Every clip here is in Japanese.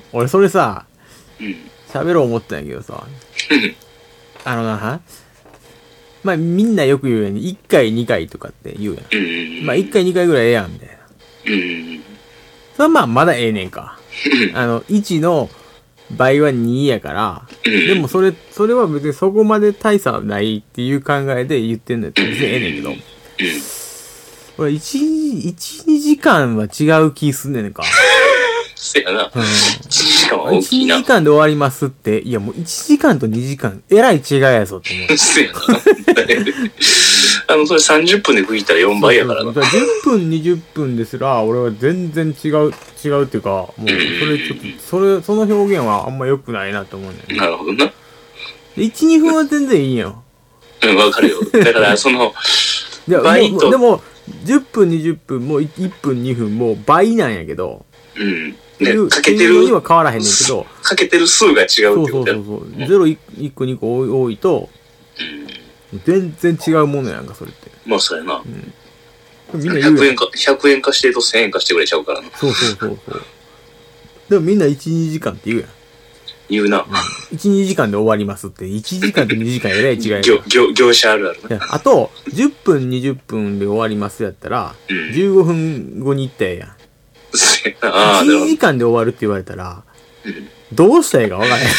俺それさ、 うん。 喋ろう思ったんやけどさ、まあみんなよく言うように、1回2回とかって言うやん。 うん。 まあ1回2回ぐらいええやん、みたいな。 うん。 それはまあまだええねんか。1の倍は2やから、でもそれは別にそこまで大差はないっていう考えで言ってんのやったら別にええねんけど、俺2時間は違う気すんねんか。 せやな。1時間は 1、 大きいな。 2時間で終わりますって、いやもう1時間と2時間、えらい違いやぞって思う。 せやな。それ30分で区切ったら4倍やからな。 10分、20分ですら、俺は全然違うっていうか、もう、それちょっと、その表現はあんま良くないなと思うんだよね。 なるほどな。 1、2分は全然いいんよ。 うん、わかるよ。だから、倍と。 でも、10分、20分も1分、2分も倍なんやけど、 うん。 ね、 かけてる。 には変わらへんねんけど、 かけてる数が違うってことだよ。 そう。0、1個、2個多いと、全然違うものやんか、それって。 まあ、そうやな。 みんな言うやん。 100円化してると1000円化してくれちゃうからな。 そう。でもみんな1、2時間って言うやん。 言うな。 1、2時間で終わりますって、1時間と2時間えらい違いやん。 業者あるあるな。 あと、10分、20分で終わりますやったら、15分後に行ったらええやん。1時間で終わるって言われたら、どうしたらいいか分からへん。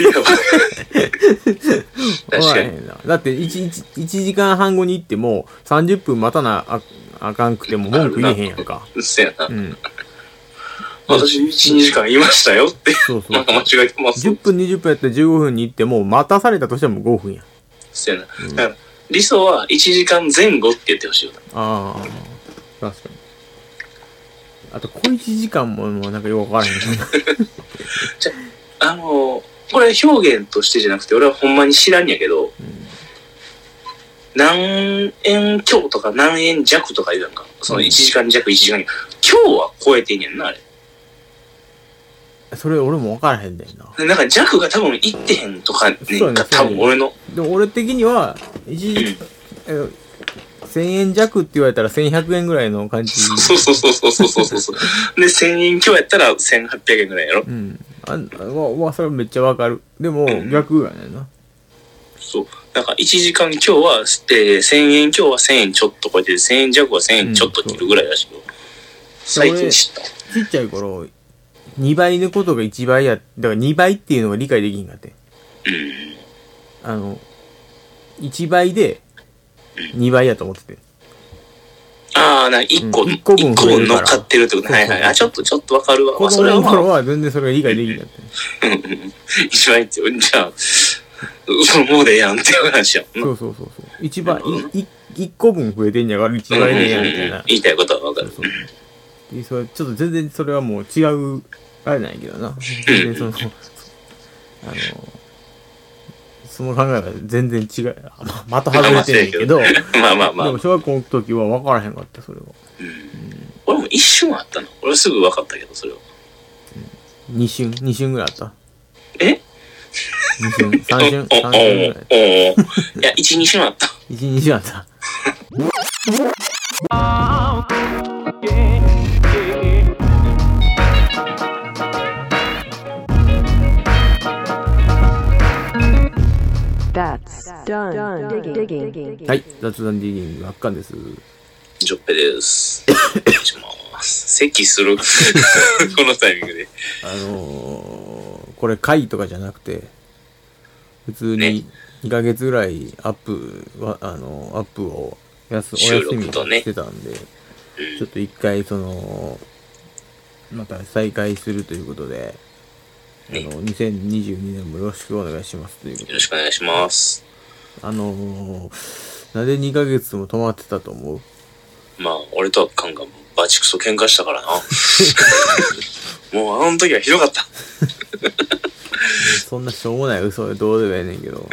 確かに。だって1時間半後に行っても、30分待たなあかんくても文句言えへんやんか。 そうやな。私1、2時間言いましたよって。なんか間違えてます。 10分、20分やったら15分に行っても、待たされたとしても5分やん。 そうやな。だから理想は1時間前後って言ってほしいよな。 ああ、確かに。あと、小1時間もなんかよくわからへん。 じゃこれ表現としてじゃなくて、俺はほんまに知らんやけど、何円強とか何円弱とか言うやんか。その1時間弱、1時間に。今日は超えてんやんな、あれ。 それ俺も分からへんねんな。 なんか弱が多分いってへんとかねんか、多分俺の。 でも俺的には、1000円弱って言われたら1100円ぐらいの感じ。 そう。で、1000円強やったら1800円ぐらいやろ。 それめっちゃわかる。でも、逆やねんな。 そう。なんか1時間今日は、1000円今日は1000円ちょっと超えて、1000円弱は1000円ちょっと切るぐらいらしいよ。最近知った。 ちっちゃい頃、2倍のことが1倍だから2倍っていうのが理解できんかって。1倍で2倍やと思ってて。 ああ、1個分乗っかってるってこと。はいはい。あ、ちょっとわかるわ。 子供の頃は全然それが理解できんかった。 1倍って、じゃあ、そのもうでええやんっていう話やもんな。そう。1倍、1個分増えてんやから1倍でええやんみたいな。 言いたいことはわかる。 それちょっと全然それはもう違う、あれなんやけどな。全然その考えは全然違う。また外れてんねんけど。 まあ。 でも小学校の時は分からへんかった、それは。 俺も一瞬あったの。俺すぐ分かったけど、それは。 2瞬ぐらいあった。 え ?2 瞬 ?3 瞬 ?3 瞬ぐらい。 いや、1、2瞬あった。 1、2瞬あった。はい、雑談ディギング、圧巻です。 ジョッペです。咳する。このタイミングで。 これ回とかじゃなくて、普通に2ヶ月ぐらいアップをお休みしてたんで、ちょっと一回また再開するということで、2022年もよろしくお願いしますということで。 よろしくお願いします。 なんで2ヶ月も止まってたと思う？ まあ、俺とはカンがバチクソ喧嘩したからな。もうあの時はひどかった。 そんなしょうもない嘘でどうでもええねんけど。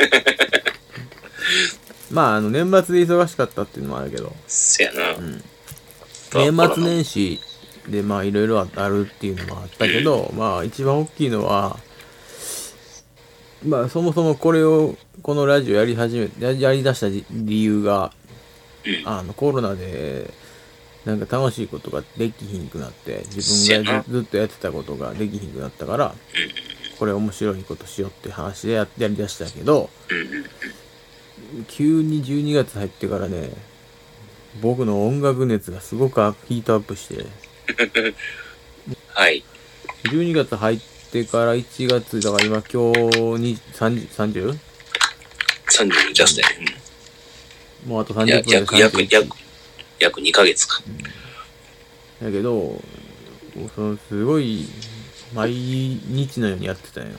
まあ、年末で忙しかったっていうのもあるけど。 せやな。 年末年始でまあいろいろあるっていうのもあったけど、まあ一番大きいのは、まあそもそもこのラジオやり出した理由が、コロナでなんか楽しいことができひんくなって、自分がずっとやってたことができひんくなったから、これ面白いことしようって話でやりだしたけど、急に12月入ってからね、僕の音楽熱がすごくヒートアップして、 はい。 12月入ってから1月、だから今今日に 30？ 30ジャストやね。 もうあと30分で30。 約2ヶ月か。 だけど、すごい、毎日のようにやってたんよ。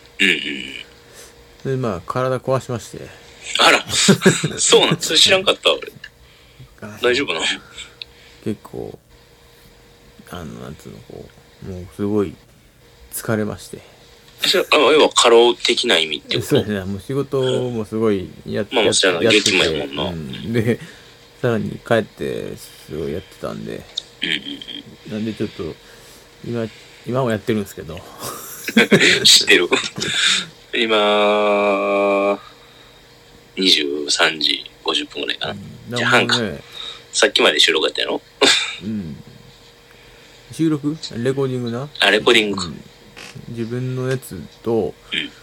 で、まあ、体壊しまして。 あら、そうなん？それ知らんかった俺。大丈夫なの？ 結構、なんつうの、こう、もうすごい疲れまして。 要は過労的な意味ってこと？ そうですね、もう仕事もすごいやってて。 まあもちろん激務やもんな。 で、さらに帰ってすごいやってたんで、なんでちょっと、今もやってるんですけど。 知ってる。今、23時50分ぐらいかな。じゃあ半か。さっきまで収録やったやろ？ 収録？レコーディングな？ レコーディングか。 自分のやつと、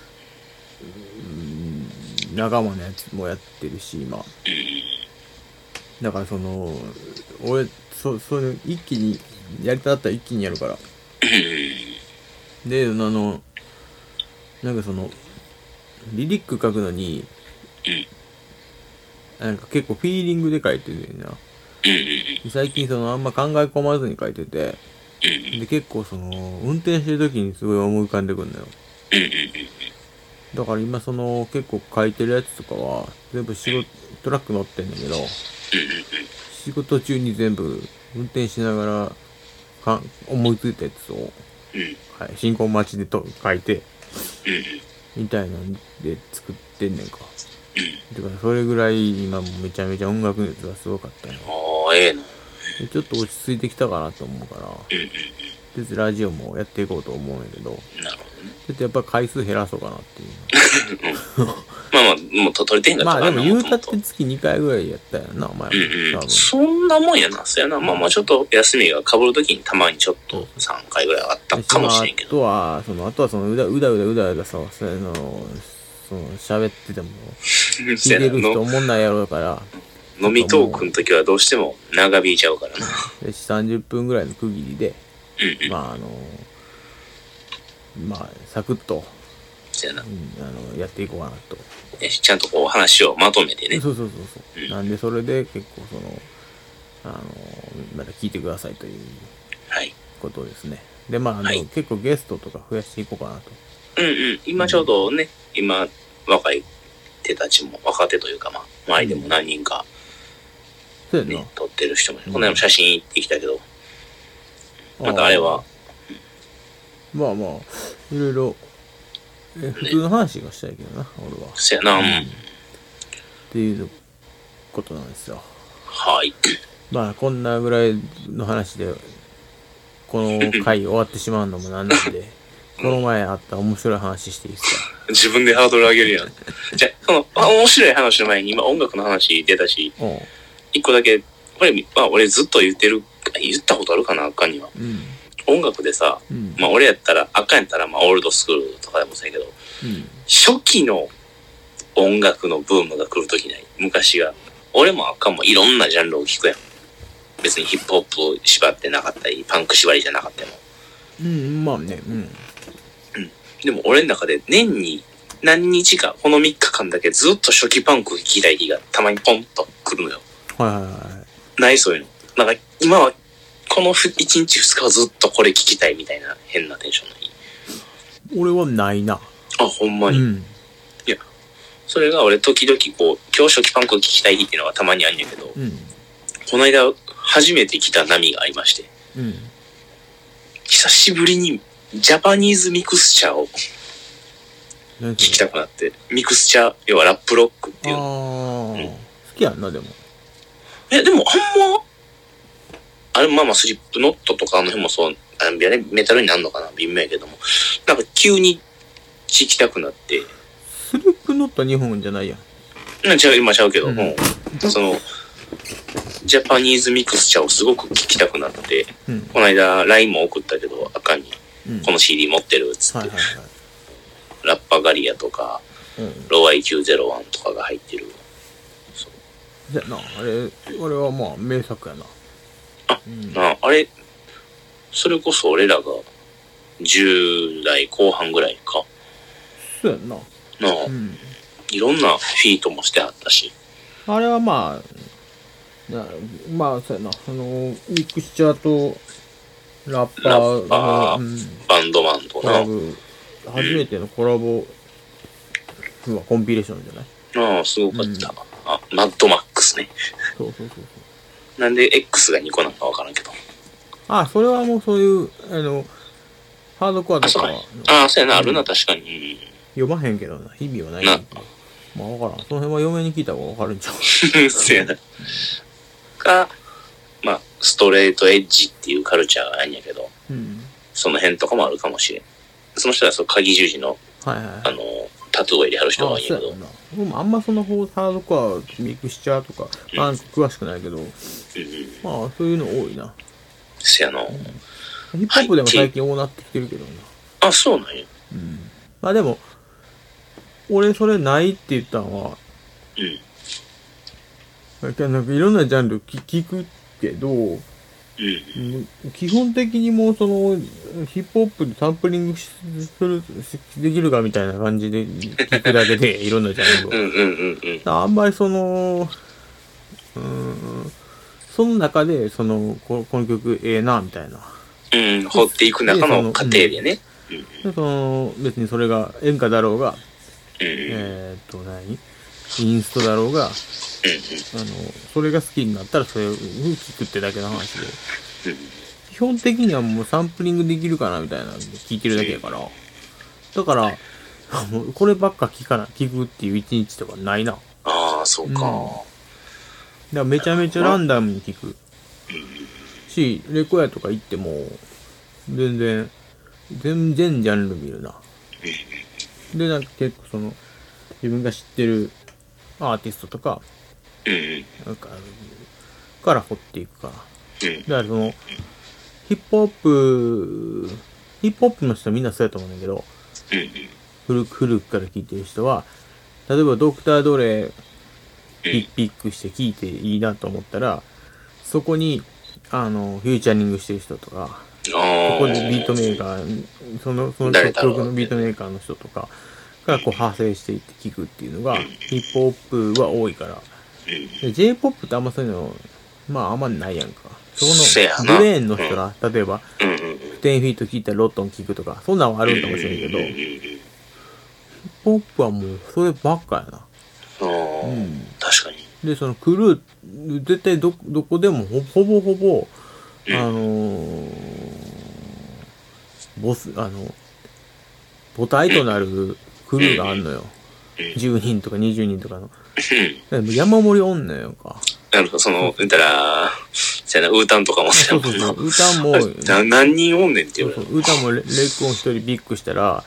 仲間のやつもやってるし、今。だから俺、そういう一気に、やりたかったら一気にやるから。で、なんかリリック書くのに、なんか結構フィーリングで書いてるんだよな。最近あんま考え込まずに書いてて、で、結構運転してる時にすごい思い浮かんでくるんだよ。だから今結構書いてるやつとかは、全部トラック乗ってんだけど、仕事中に全部運転しながら思いついたやつを、進行待ちで書いて、みたいなんで作ってんねんか。だからそれぐらい今もめちゃめちゃ音楽熱がすごかったよ。ちょっと落ち着いてきたかなと思うから、ラジオもやっていこうと思うんやけど、ちょっとやっぱ回数減らそうかなっていう。 まあまあ、もう取れてへんかったからな。まあでも言うたって月2回ぐらいやったよな、お前も。そんなもんやな、そうやな。まあまあちょっと休みが被るときにたまにちょっと3回ぐらいあったかもしれんけど。 あとはうだうださ、喋ってても、聞いてる人思んないやろうから。 飲みトークの時はどうしても長引いちゃうからな。 30分ぐらいの区切りで、まあサクッと、やっていこうかなと。 ちゃんとこう話をまとめてね。 そう。なんでそれで結構また聞いてくださいということですね。で、結構ゲストとか増やしていこうかなと。 今ちょうどね、若い手たちも、若手というか周りでも何人か、撮ってる人も、この間も写真行ってきたけど、またあれは。 まあ、いろいろ、普通の話がしたいけどな、俺は。 そうやな。 っていうことなんですよ。 はい。 まあ、こんなぐらいの話で、この回終わってしまうのもなんなんで、この前あった面白い話していいですか？ 自分でハードル上げるやん。じゃあ、面白い話の前に今音楽の話出たし、一個だけ、俺ずっと言ったことあるかな、あかんには。音楽でさ、俺やったら、あかんやったら、オールドスクールとかでもそうやけど、初期の音楽のブームが来るときない。昔が。俺もあかんもいろんなジャンルを聴くやん。別にヒップホップ縛ってなかったり、パンク縛りじゃなかったりも。 まあね、 でも俺の中で年に何日か、この3日間だけずっと初期パンク聴きたい日がたまにポンと来るのよ。ないそういうの。なんか今はこの1日2日はずっとこれ聴きたいみたいな変なテンションの日。 俺はないな。 ほんまに。いや、それが俺時々こう、今日初期パンク聴きたい日っていうのがたまにあるんやけど、この間初めて来た波がありまして、久しぶりにジャパニーズミクスチャーを聴きたくなって、ミクスチャー、要はラップロックっていうの。 好きやんな、でも。 でもあれスリップノットとかあの辺もそう、メタルになるのかな、微妙やけども、なんか急に聴きたくなって。 スリップノットは日本じゃないやん。 今ちゃうけど、 ジャパニーズミクスチャーをすごく聞きたくなって、この間 LINE も送ったけど、赤に、この CD 持ってるっつって、ラッパガリアとか、ロワイ901とかが入ってる。 そう。じゃな、あれはまあ名作やな。 あれ、それこそ俺らが10代後半ぐらいか。 そうやんな。 いろんなフィートもしてあったし。 あれはまあ、そうやな、ミクスチャーとラッパーバンドマンとな。 初めてのコラボ、コンピレーションじゃない？ すごかった。マッドマックスね。 そう。 なんで X が2個なのかわからんけど。 それはもうそういう、ハードコアとか。 そうやな、あるな、確かに。 読まへんけどな、意味はないけど。まあわからん。その辺は嫁に聞いた方がわかるんちゃう？ そうやな。まあ、ストレートエッジっていうカルチャーがないんやけど、その辺とかもあるかもしれん。その人は鍵十字の、タトゥーを入れはる人が多いんやけど。 あんまそのハードコア、ミクスチャーとか、詳しくないけど、まあ、そういうの多いな。 せやな。 ヒップホップでも最近多なってきてるけどな。そうなんや。 まあでも、俺それないって言ったのは、なんかいろんなジャンル聞くけど、基本的にもうヒップホップでサンプリングできるかみたいな感じで聞くだけで、いろんなジャンルを。あんまりその中で、この曲ええな、みたいな。 掘っていく中の過程でね。 別にそれが演歌だろうが、インストだろうが、それが好きになったらそれを聞くってだけの話で、基本的にはもうサンプリングできるかなみたいなの聞いてるだけやから、だからこればっか聞くっていう一日とかないな。 そうか。 だからめちゃめちゃランダムに聞くし、レコヤとか行っても全然ジャンル見るな。で、なんか結構自分が知ってるアーティストとか、から掘っていくから。だからヒップホップの人はみんなそうやと思うんだけど、古くから聞いてる人は、例えばドクター・ドレピックして聞いていいなと思ったら、そこに、フューチャリングしてる人とか、ここでビートメーカー、その曲のビートメーカーの人とかから派生していって聞くっていうのが、ヒップホップは多いから。で J-POP ってあんまそういうの、まああんまないやんか。そこのブレーンの人ら、例えば、10フィート聞いたらロットン聞くとか、そんなんはあるんかもしれんけど、ヒップホップはもうそればっかやな。 確かに。 で、クルー、絶対どこでもほぼ、母体となるクルーがあんのよ。10人とか20人とかの。山盛りおんのよか。 言ったら、ウータンとかもそう。ウータンも、 何人おんねんっていう。 ウータンもレイクオン一人ビッグしたら、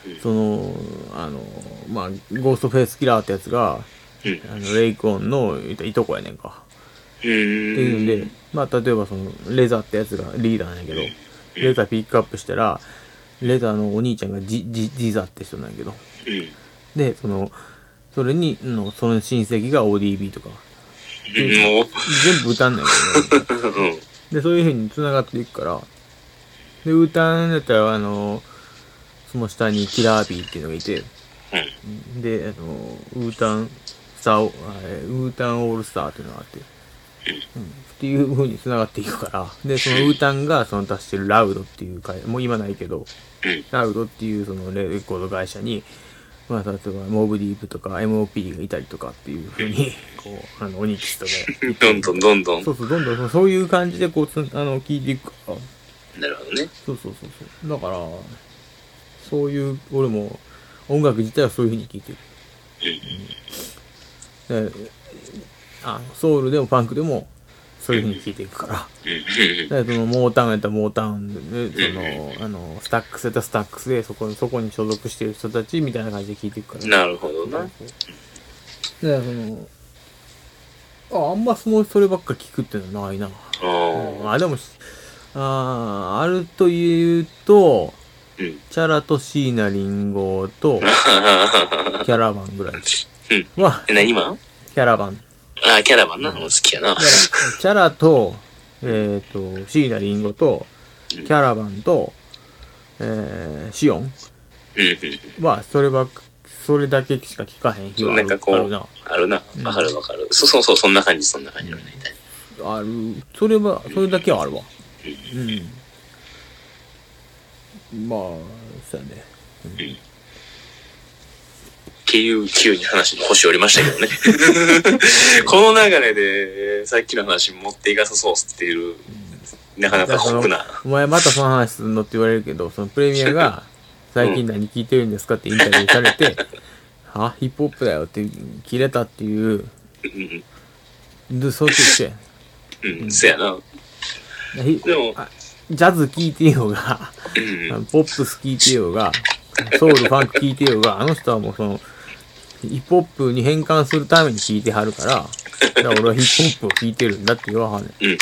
まあ、ゴーストフェイスキラーってやつが、レイクオンのいとこやねんか。っていうんで、まあ、例えばレザーってやつがリーダーなんやけど、レザーピックアップしたら、レザーのお兄ちゃんがジザって人なんやけど、で、それに、その親戚が ODB とか、全部歌んないけど、で、そういう風に繋がっていくから、で、歌んだったら、その下にキラービーっていうのがいて、で、ウータンオールスターっていうのがあって、っていう風に繋がっていくから、で、そのウータンが出してるラウドっていう会、もう今ないけど、ラウドっていうレコード会社に、まあ、例えば、モブディープとか MOP がいたりとかっていう風に、オニキスとか。 どんどん。 そう、どんどん、そういう感じで、聞いていくから。 なるほどね。 そう。だから、そういう、俺も、音楽自体はそういう風に聴いてる。でソウルでもパンクでも、そういう風に聴いていくから。で、モータウンやったらモータウンで、スタックスやったらスタックスで、そこに所属してる人たちみたいな感じで聴いていくから。 なるほどな。 で、 あんまそればっか聞くってのはないな。でも、あるというと、チャラと椎名林檎と、キャラバンぐらいは。何マン？ キャラバン。 キャラバンな。好きやな。 チャラと、椎名林檎と、キャラバンと、シオンは、それだけしか聞かへん日はなんかこう、あるな。わかる。そう、そんな感じのね。 ある。それだけはあるわ。まあ、そうやね。 っていう急に話に星折りましたけどね。この流れで、さっきの話持っていかさそうっていう、なかなか酷な。 お前またその話するのって言われるけど、そのプレミアが、最近何聞いてるんですかってインタビューされて、ヒップホップだよって切れたっていう、そういう人や。 そうやな。でも、 ジャズ聴いてようが、ポップス聴いてようが、ソウル、ファンク聴いてようが、あの人はもうヒップホップに変換するために聴いてはるから、俺はヒップホップを聴いてるんだって言わはんねん。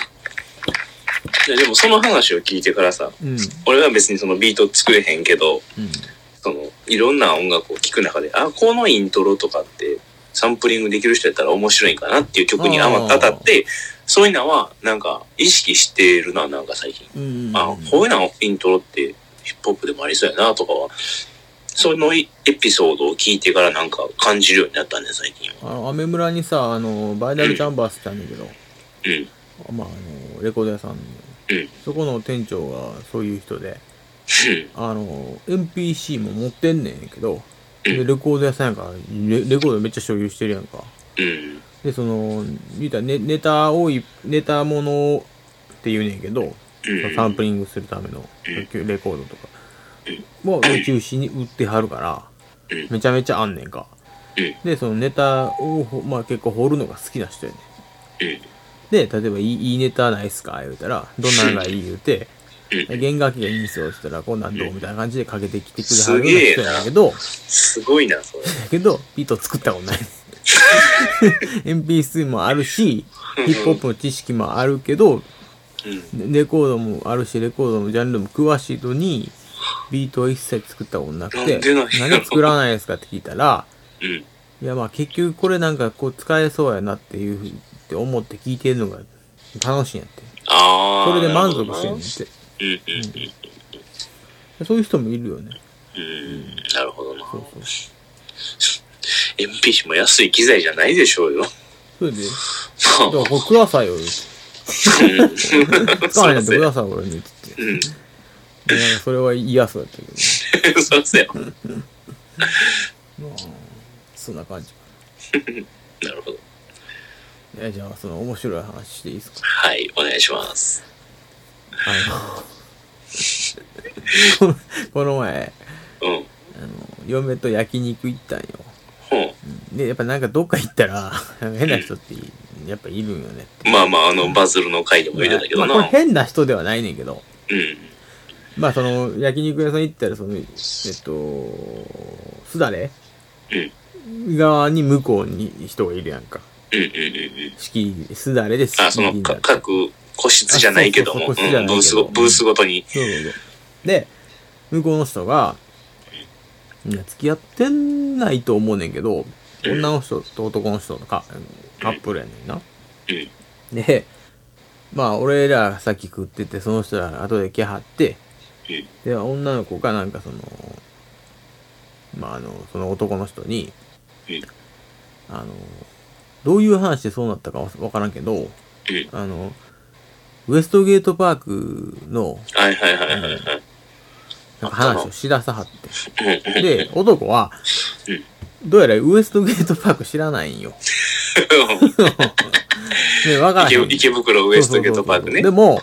でもその話を聞いてからさ、俺は別にそのビート作れへんけど、いろんな音楽を聴く中で、このイントロとかってサンプリングできる人やったら面白いんかなっていう曲に当たって、そういうのはなんか意識してるな、なんか最近。こういうのイントロってヒップホップでもありそうやなとかは、そのエピソードを聞いてからなんか感じるようになったんだよ、最近は。 アメ村にさ、バイナルチャンバースってあるんだけど、レコード屋さん、そこの店長がそういう人で、MPC も持ってんねんけど、でレコード屋さんやからレコードめっちゃ所有してるやんか。で言うたらネタものって言うねんけど、サンプリングするためのレコードとかも中心に売ってはるから、めちゃめちゃあんねんか。でそのネタを結構掘るのが好きな人やねん。で例えばいいネタないっすか言うたら、どんなのがいい言うて、弦楽器がいいんすよって言ったら、こんなんどうみたいな感じでかけてきてくれはるような人やねんけど、 すごいな、それ。 だけど、ビート作ったことない。MP3 もあるし、ヒップホップの知識もあるけど、レコードもあるし、レコードのジャンルも詳しいのに、ビートを一切作ったことなくて、何作らないですかって聞いたら、いや結局これなんか使えそうやなっていうふうって思って聞いてるのが楽しいんやって。それで満足してんねんって。そういう人もいるよね。 なるほどな。MP も安い機材じゃないでしょうよ。 それで、だからこれくださいよ。使わないんだってください俺にって言って。なんかそれは嫌そうやったけど。 そうせよ。 そんな感じ。 なるほど。 じゃあその面白い話していいですか？ はい、お願いします。 この前、嫁と焼肉行ったんよ。でやっぱなんかどっか行ったら変な人ってやっぱいるんよねって。 バズるの回でも言ってたけどな。 これ変な人ではないねんけど。その焼肉屋さん行ったらすだれ側に向こうに人がいるやんか。すだれで各個室じゃないけども、ブースごとに。 で、向こうの人が、付き合ってないと思うねんけど、女の人と男の人のカップルやねんな。で、俺らさっき食ってて、その人ら後で来はって、で、女の子がなんかその男の人に、どういう話でそうなったかわからんけど、ウエストゲートパークの話をしださはって。で、男は、どうやらウエストゲートパーク知らないんよ。ね、わからへん。 池袋ウエストゲートパークね。 でも、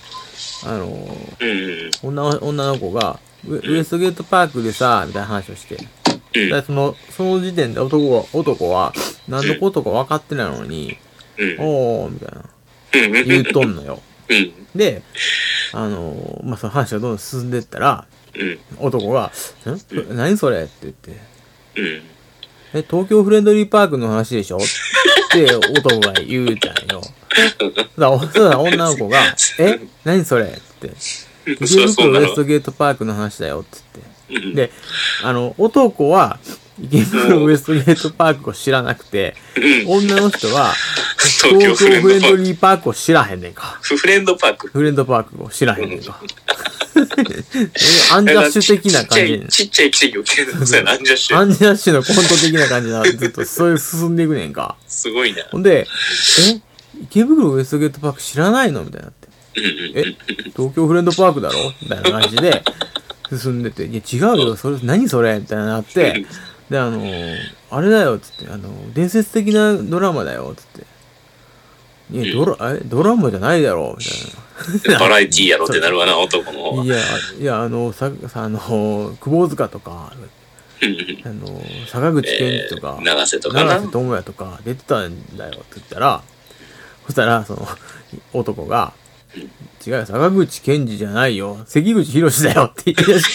女の子が、ウエストゲートパークでさ、みたいな話をして。その時点で男は、何のことか分かってないのに、おー、みたいな。言うとんのよ。で、その話がどんどん進んでったら、男が、何それって言って。 東京フレンドリーパークの話でしょって男が言うじゃんよ。そうだ、女の子が、何それって。池袋ウエストゲートパークの話だよって言って。で、男は、池袋ウエストゲートパークを知らなくて、女の人は、東京フレンドリーパークを知らへんねんか。 フレンドパークを知らへんねんか。アンジャッシュ的な感じ。 ちっちゃい奇跡起きるのそうやな、アンジャッシュ。 アンジャッシュのコント的な感じな、ずっとそういう進んでいくねんか。 すごいな。 ほんで、池袋ウエストゲートパーク知らないのみたいになって。東京フレンドパークだろみたいな感じで進んでて、いや違うよ、何それみたいになって、で、あれだよ、つって、伝説的なドラマだよ、つって。いや、ドラマじゃないだろ、みたいな。 バラエティーやろってなるわな、男の方は。 いや、窪塚とか、坂口健二とか、 長瀬智也とか出てたんだよ、って言ったら、そしたら、男が、違うよ、坂口健二じゃないよ、関口宏だよって言い出して。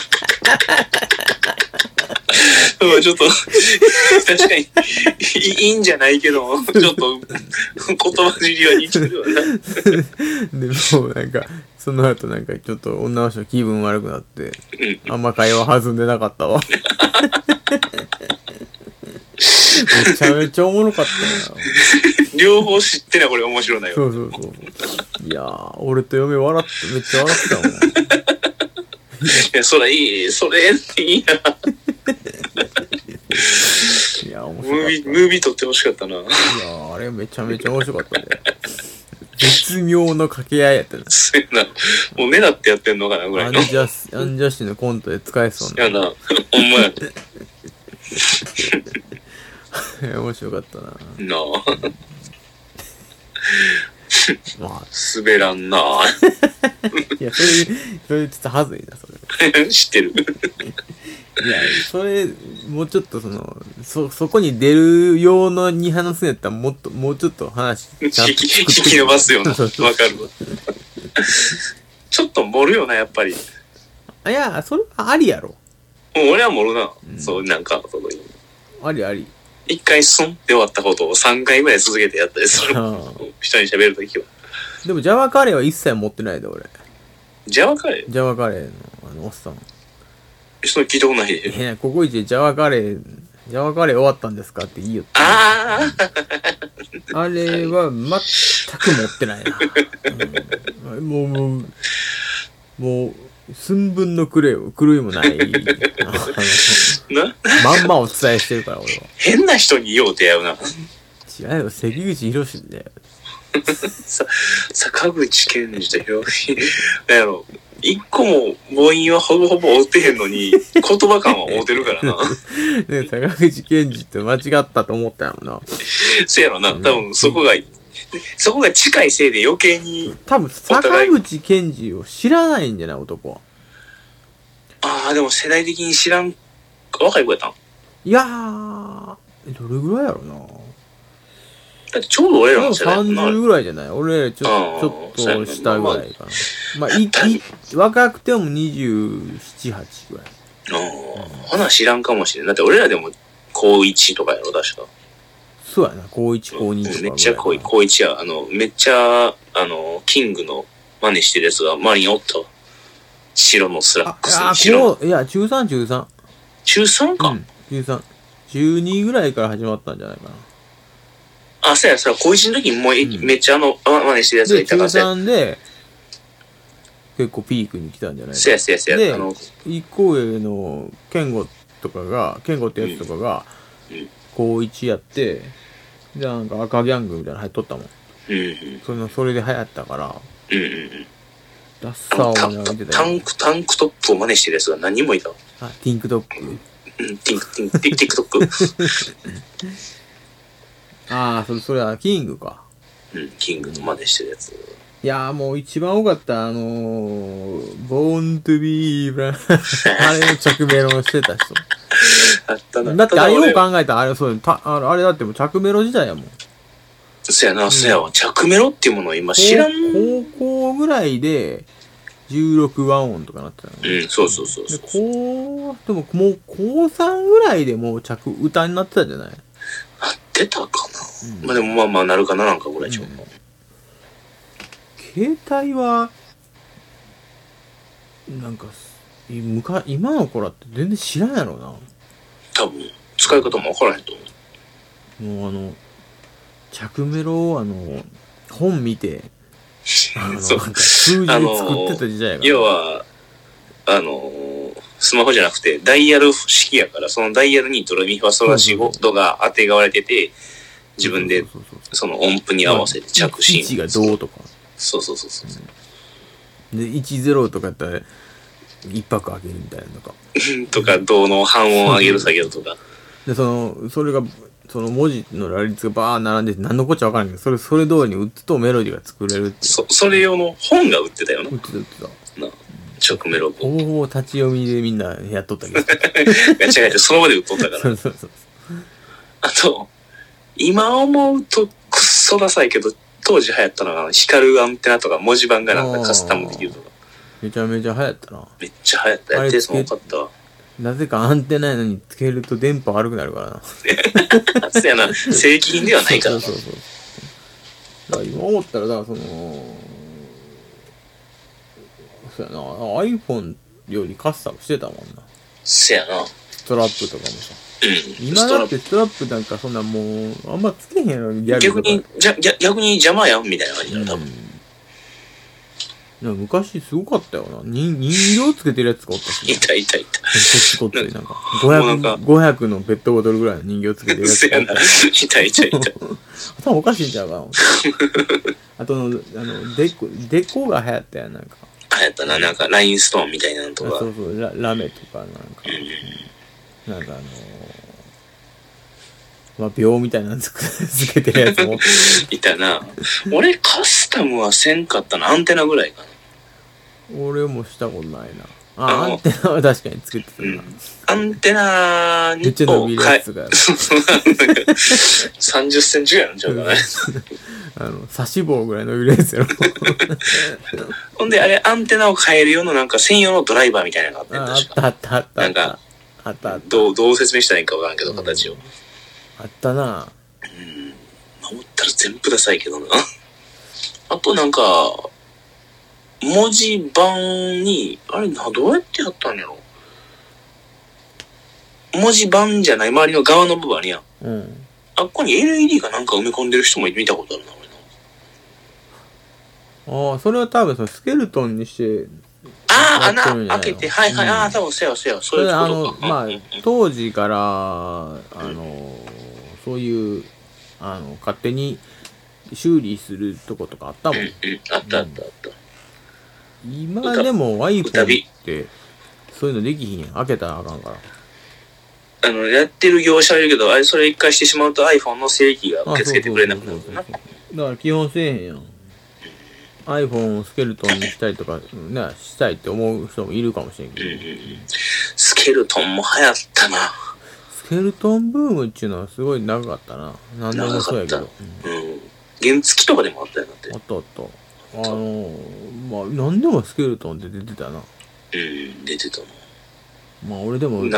ちょっと、確かに、いいんじゃないけど、ちょっと、言葉尻は似てるわな。 でも、なんか、その後なんか、ちょっと女の人気分悪くなって、あんま会話弾んでなかったわ。めちゃめちゃおもろかったな。 両方知ってな、これ面白いなよ。 そう。いやー、俺と嫁笑って、めっちゃ笑ってたもん。 いや、それいいな。 いや、面白かった。 ムービー撮ってほしかったな。いやあれめちゃめちゃ面白かったね。絶妙の掛け合いやったね。 そうやな。もうねだってやってんのかなぐらいの。 アンジャッシュのコントで使えそうな。 やな。ほんまや。 面白かったな。 なあ。 まあ、 滑らんな。 いや、それちょっとはずいな、それ。 知ってる。 いや、それ、もうちょっとそこに出る用のに話すんやったら、もうちょっと話、 引き伸ばすような。わかるわ。ちょっと盛るよな、やっぱり。 いや、それはありやろ。 俺は盛るな。そう、なんか、 あり。 一回スンって終わったことを3回ぐらい続けてやったりする。人に喋るときは。 でも、ジャワカレーは一切持ってないで、俺。 ジャワカレーの、おっさん。 それ聞いたことないで。 ココイチでジャワカレー終わったんですかって言いよって。 あれは全く持ってないな。もう、寸分の狂いもない。まんまお伝えしてるから、俺は。 変な人によう出会うな。 違うよ、関口宏だよ。 坂口健二と広い。なんやろ。一個も母音はほぼほぼ追ってへんのに、言葉感は追ってるからな。 ね、坂口健二って間違ったと思ったやろな。 そうやろな。多分そこが近いせいで余計に。 多分坂口健二を知らないんじゃない、男は。 ああ、でも世代的に知らん、若い子やったん？ いやー、どれぐらいやろな。 だってちょうど俺らの世代やな。 30ぐらいじゃない？俺ちょっと下ぐらいかな。まあ、若くても27、8ぐらい。 ほな知らんかもしれん。だって俺らでも高1とかやろ、確か。 そうやな、高1、高2とか。 めっちゃ高1や。めっちゃ、キングの真似してるやつが周りにおったわ。白のスラックスに白。 いや、中3。 中 3 か、 中3。中2ぐらいから始まったんじゃないかな。 あ、そうや、高1の時にもうめっちゃ真似してるやつがいたからさ。 中3で、結構ピークに来たんじゃないかな。 そうや。 で、一個上の健吾ってやつとかが、高1やって、で、なんか赤ギャングみたいなの入っとったもん。それで流行ったから、ダッサーを見てたよ。 タンクトップを真似してるやつが何人もいたわ。 あ、ティンクトップ。 TikTok。 ああ、それはキングか。 キングの真似してるやつ。 いやーもう一番多かった、Born to be Blind あれの着メロしてた人。 あったな。 だってあれを考えたら、あれだってもう着メロ時代やもん。 そうやな、そうやわ。着メロっていうものを今知らん。 高校ぐらいで、 16和音とかなってたの。 うん、そうそうそうそう。 でももう高3ぐらいでもう着歌になってたんじゃない？なってたかな、まあでもまあなるかならんかぐらいちゃうか。 携帯は、なんか、今の子らって全然知らんやろな。 多分、使い方もわからへんと思う。もう着メロを本見て、なんか数字で作ってた時代が。 要は、スマホじゃなくて、ダイヤル式やから、そのダイヤルにドレミファソラシドが当てがわれてて、自分でその音符に合わせて着信。 1がどうとか。 そうそうそう。 で、10とかやったら、一拍上げるみたいなのか。 とか、銅の半音上げる作業とか。 で、それが、その文字の羅律がバー並んでて何のこっちゃわからんけど、それ通りに打つとメロディーが作れるって。 それ用の本が売ってたよな。 売ってた。 な、直メロ。 ほぼほぼ立ち読みでみんなやっとったけど。 違う、その場で売っとったから。そう。あと、今思うとクッソダサいけど、当時流行ったのが、光るアンテナとか文字盤がなんかカスタムできるとか。 めちゃめちゃ流行ったな。 めっちゃ流行った。やってる人も多かったわ。 なぜかアンテナやのにつけると電波悪くなるからな。そうやな。正規品ではないからな。 そう。だから今思ったら、そうやな。iPhone よりカスタムしてたもんな。 そうやな。 ストラップとかもさ。 うん。 今だってストラップなんかそんなもう、あんまつけへんやろ、ギャルとか。 逆に邪魔やんみたいな感じだな、多分。 昔すごかったよな。人形つけてるやつがおったし、 ね。いた。 こっちなんか500のペットボトルぐらいの人形つけてるやつがおった。 いた。 頭おかしいんちゃうかな。あとデコが流行ったやん、なんか。 流行ったな、なんかラインストーンみたいなのとか。 そう、ラメとかなんか。なんか秒みたいなのつけてるやつも。 いたな。俺カスタムはせんかったな。アンテナぐらいかな。 俺もしたことないな。アンテナは確かにつけてたな。 アンテナに。 めっちゃ伸びるやつが。 30センチぐらいなんちゃうかね。 刺し棒ぐらい伸びるやつやろ。 ほんで、あれ、アンテナを変える用のなんか専用のドライバーみたいなのがあってんだ。 あった。 なんか、どう説明したらいいかわからんけど、形を。 あったな。 守ったら全部ダサいけどな。あとなんか、文字盤に、あれどうやってやったんやろ。文字盤じゃない周りの側の部分あるやん。あっこに LED がなんか埋め込んでる人も見たことあるな、 俺な。それは多分スケルトンにして、 穴開けて、はい、多分せや、そういうことか。 まあ、当時から、そういう、勝手に修理するとことかあったもん。 あった。 今でも iPhone って、そういうのできひんやん。開けたらあかんから。 やってる業者はいるけど、それ一回してしまうと iPhone の正規が受け付けてくれなくなるな。だから基本せえへんやん。iPhone をスケルトンにしたりとか、ね、したいって思う人もいるかもしれんけど。 スケルトンも流行ったな。 スケルトンブームっていうのはすごい長かったな。何でもそうやけど。 原付とかでもあったよなって。 あった。まあ、何でもスケルトンって出てたな。 出てたな。 まあ、俺でも、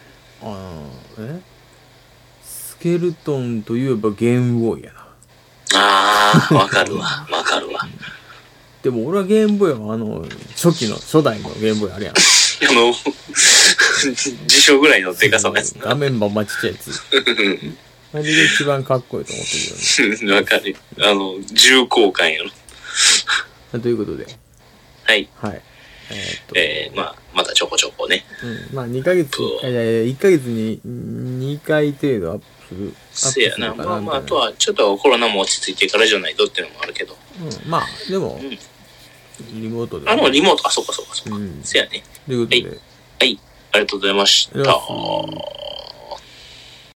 スケルトンといえばゲームボーイやな。 わかるわ。 でも俺はゲームボーイは初代のゲームボーイあるやん。 自称ぐらいのデカさのやつ。 画面ばんまちっちゃいやつ。あれが一番かっこいいと思ってるよね。わかる。重厚感やろ。 ということで。 はい。またちょこちょこね。 まあ2ヶ月、1ヶ月に2回程度アップする。 せやな。まああとはちょっとコロナも落ち着いてからじゃないとっていうのもあるけど。 まあ、でも、リモートで。 リモート、そうか。せやね。 ということで。 はい。ありがとうございました。